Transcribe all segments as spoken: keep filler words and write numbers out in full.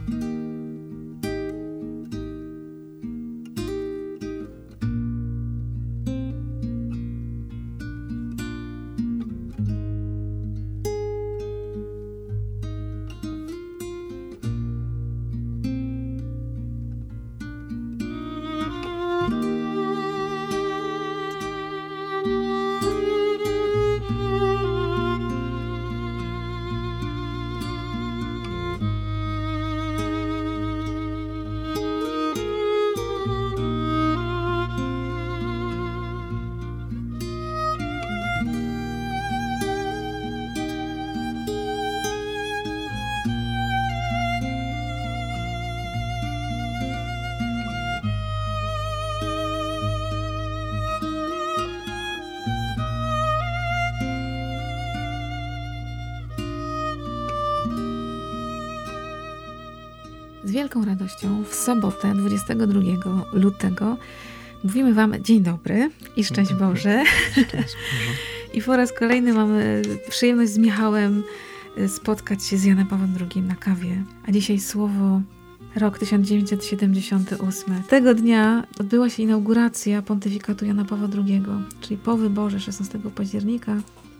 Z wielką radością w sobotę, dwudziestego drugiego lutego, mówimy Wam dzień dobry i szczęść Boże. Szczęść Boże. I po raz kolejny mamy przyjemność z Michałem spotkać się z Janem Pawłem drugim na kawie. A dzisiaj słowo rok tysiąc dziewięćset siedemdziesiąty ósmy. Tego dnia odbyła się inauguracja pontyfikatu Jana Pawła drugiego, czyli po wyborze szesnastego października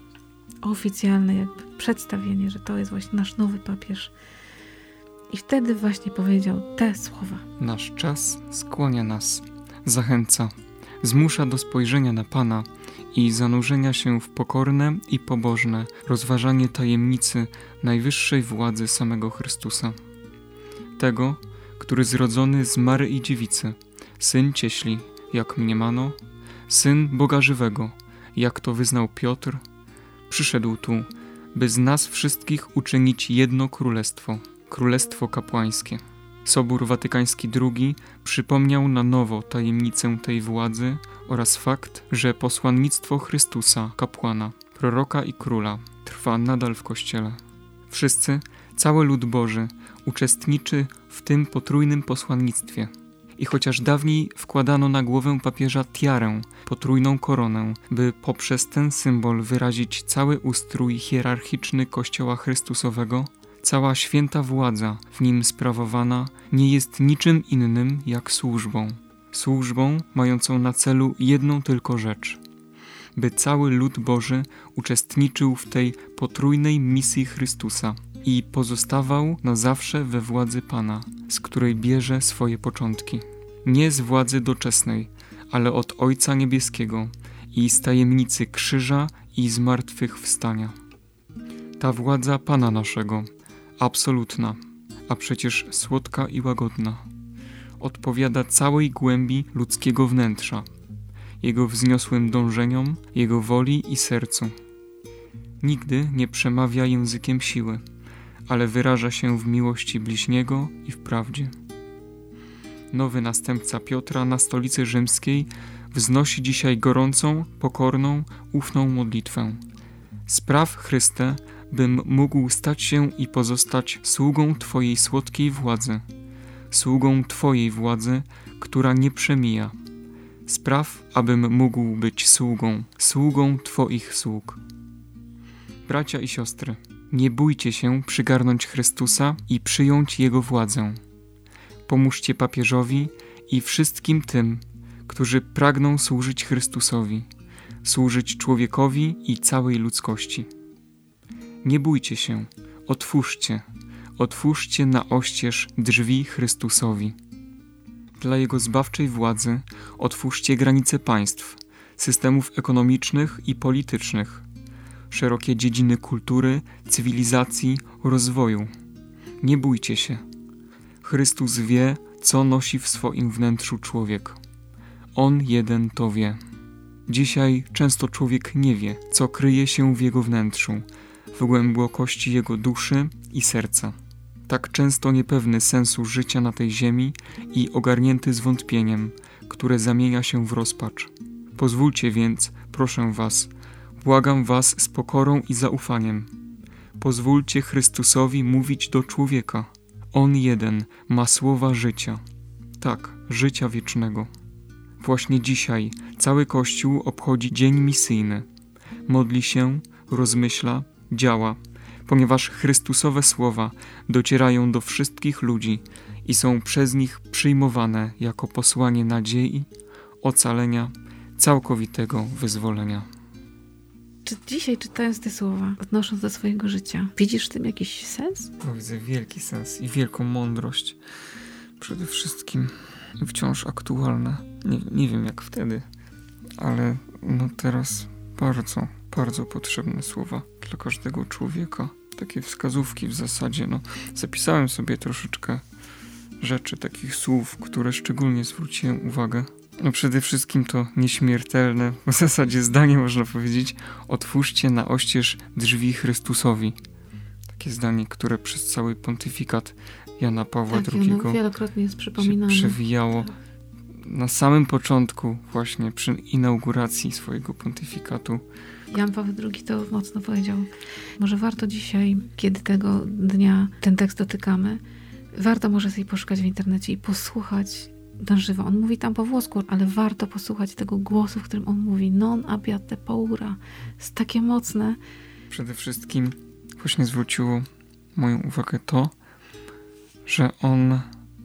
oficjalne jakby przedstawienie, że to jest właśnie nasz nowy papież. I wtedy właśnie powiedział te słowa. Nasz czas skłania nas, zachęca, zmusza do spojrzenia na Pana i zanurzenia się w pokorne i pobożne rozważanie tajemnicy najwyższej władzy samego Chrystusa. Tego, który zrodzony z Maryi Dziewicy, syn cieśli, jak mniemano, syn Boga żywego, jak to wyznał Piotr, przyszedł tu, by z nas wszystkich uczynić jedno królestwo, królestwo kapłańskie. Sobór Watykański drugi przypomniał na nowo tajemnicę tej władzy oraz fakt, że posłannictwo Chrystusa, kapłana, proroka i króla trwa nadal w Kościele. Wszyscy, cały lud Boży, uczestniczy w tym potrójnym posłannictwie. I chociaż dawniej wkładano na głowę papieża tiarę, potrójną koronę, by poprzez ten symbol wyrazić cały ustrój hierarchiczny Kościoła Chrystusowego, cała święta władza w nim sprawowana nie jest niczym innym jak służbą. Służbą mającą na celu jedną tylko rzecz. By cały lud Boży uczestniczył w tej potrójnej misji Chrystusa i pozostawał na zawsze we władzy Pana, z której bierze swoje początki. Nie z władzy doczesnej, ale od Ojca Niebieskiego i z tajemnicy krzyża i zmartwychwstania. Ta władza Pana naszego, absolutna, a przecież słodka i łagodna, odpowiada całej głębi ludzkiego wnętrza, jego wzniosłym dążeniom, jego woli i sercu. Nigdy nie przemawia językiem siły, ale wyraża się w miłości bliźniego i w prawdzie. Nowy następca Piotra na stolicy rzymskiej wznosi dzisiaj gorącą, pokorną, ufną modlitwę. Spraw, Chryste, bym mógł stać się i pozostać sługą Twojej słodkiej władzy, sługą Twojej władzy, która nie przemija. Spraw, abym mógł być sługą, sługą Twoich sług. Bracia i siostry, nie bójcie się przygarnąć Chrystusa i przyjąć Jego władzę. Pomóżcie papieżowi i wszystkim tym, którzy pragną służyć Chrystusowi, służyć człowiekowi i całej ludzkości. Nie bójcie się, otwórzcie, otwórzcie na oścież drzwi Chrystusowi. Dla Jego zbawczej władzy otwórzcie granice państw, systemów ekonomicznych i politycznych, szerokie dziedziny kultury, cywilizacji, rozwoju. Nie bójcie się. Chrystus wie, co nosi w swoim wnętrzu człowiek. On jeden to wie. Dzisiaj często człowiek nie wie, co kryje się w jego wnętrzu, w głębokości jego duszy i serca. Tak często niepewny sensu życia na tej ziemi i ogarnięty zwątpieniem, które zamienia się w rozpacz. Pozwólcie więc, proszę was, błagam was z pokorą i zaufaniem. Pozwólcie Chrystusowi mówić do człowieka. On jeden ma słowa życia. Tak, życia wiecznego. Właśnie dzisiaj cały Kościół obchodzi dzień misyjny. Modli się, rozmyśla, działa, ponieważ Chrystusowe słowa docierają do wszystkich ludzi i są przez nich przyjmowane jako posłanie nadziei, ocalenia, całkowitego wyzwolenia. Czy dzisiaj, czytając te słowa, odnosząc do swojego życia, widzisz w tym jakiś sens? No, widzę wielki sens i wielką mądrość. Przede wszystkim wciąż aktualne. Nie, nie wiem jak wtedy, ale no teraz bardzo, bardzo potrzebne słowa dla każdego człowieka. Takie wskazówki w zasadzie. No, zapisałem sobie troszeczkę rzeczy, takich słów, które szczególnie zwróciłem uwagę. No przede wszystkim to nieśmiertelne, w zasadzie zdanie można powiedzieć: otwórzcie na oścież drzwi Chrystusowi. Takie zdanie, które przez cały pontyfikat Jana Pawła tak, drugiego ono wielokrotnie jest przypominane. się przewijało. Na samym początku, właśnie przy inauguracji swojego pontyfikatu. Jan Paweł drugi to mocno powiedział. Może warto dzisiaj, kiedy tego dnia ten tekst dotykamy, warto może sobie poszukać w internecie i posłuchać na żywo. On mówi tam po włosku, ale warto posłuchać tego głosu, w którym on mówi non abbiate paura. Jest takie mocne. Przede wszystkim właśnie zwróciło moją uwagę to, że on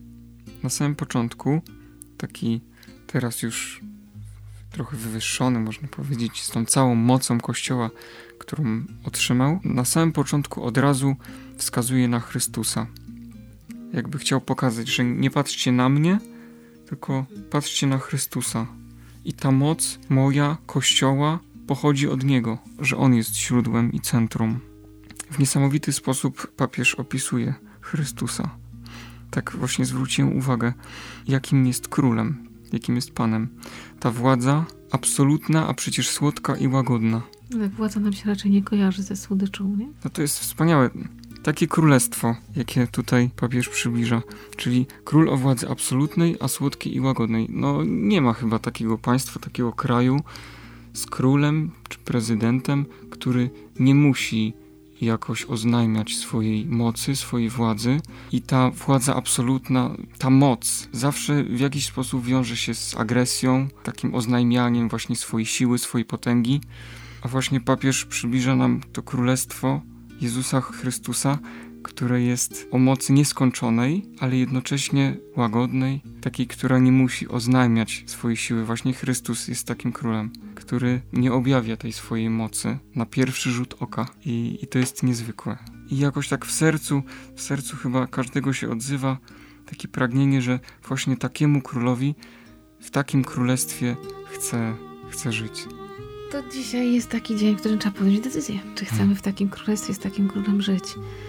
na samym początku, taki teraz już trochę wywyższony, można powiedzieć, z tą całą mocą Kościoła, którą otrzymał, na samym początku od razu wskazuje na Chrystusa. Jakby chciał pokazać, że nie patrzcie na mnie, tylko patrzcie na Chrystusa. I ta moc moja, Kościoła, pochodzi od Niego, że On jest źródłem i centrum. W niesamowity sposób papież opisuje Chrystusa. Tak właśnie zwróciłem uwagę, jakim jest królem, jakim jest Panem. Ta władza absolutna, a przecież słodka i łagodna. Ale władza nam się raczej nie kojarzy ze słodyczą, nie? No to jest wspaniałe. Takie królestwo, jakie tutaj papież przybliża, czyli król o władzy absolutnej, a słodkiej i łagodnej. No nie ma chyba takiego państwa, takiego kraju z królem czy prezydentem, który nie musi jakoś oznajmiać swojej mocy, swojej władzy, i ta władza absolutna, ta moc zawsze w jakiś sposób wiąże się z agresją, takim oznajmianiem właśnie swojej siły, swojej potęgi, a właśnie papież przybliża nam to królestwo Jezusa Chrystusa, które jest o mocy nieskończonej, ale jednocześnie łagodnej, takiej, która nie musi oznajmiać swojej siły. Właśnie Chrystus jest takim królem, który nie objawia tej swojej mocy na pierwszy rzut oka. I, i to jest niezwykłe. I jakoś tak w sercu, w sercu chyba każdego się odzywa takie pragnienie, że właśnie takiemu królowi, w takim królestwie chce, chce żyć. To dzisiaj jest taki dzień, w którym trzeba podjąć decyzję, czy chcemy w takim królestwie z takim królem żyć.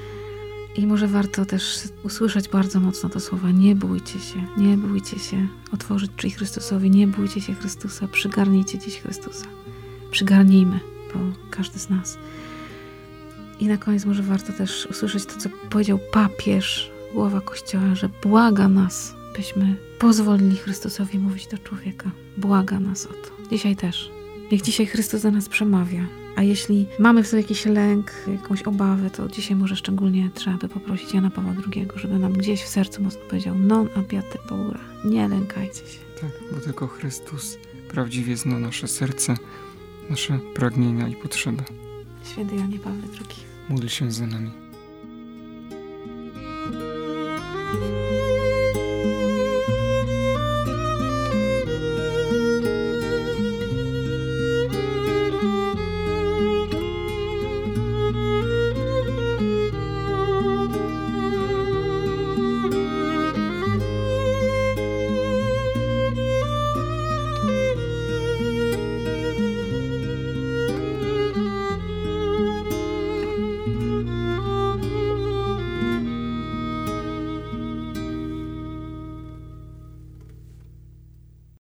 I może warto też usłyszeć bardzo mocno to słowa: nie bójcie się, nie bójcie się otworzyć drzwi Chrystusowi, nie bójcie się Chrystusa, przygarnijcie dziś Chrystusa. Przygarnijmy, bo każdy z nas. I na koniec może warto też usłyszeć to, co powiedział papież, głowa Kościoła, że błaga nas, byśmy pozwolili Chrystusowi mówić do człowieka. Błaga nas o to. Dzisiaj też. Niech dzisiaj Chrystus do nas przemawia. A jeśli mamy w sobie jakiś lęk, jakąś obawę, to dzisiaj może szczególnie trzeba by poprosić Jana Pawła drugiego, żeby nam gdzieś w sercu mocno powiedział: non abbiate paura. Nie lękajcie się. Tak, bo tylko Chrystus prawdziwie zna nasze serce, nasze pragnienia i potrzeby. Święty Janie Pawle drugi. Módl się za nami.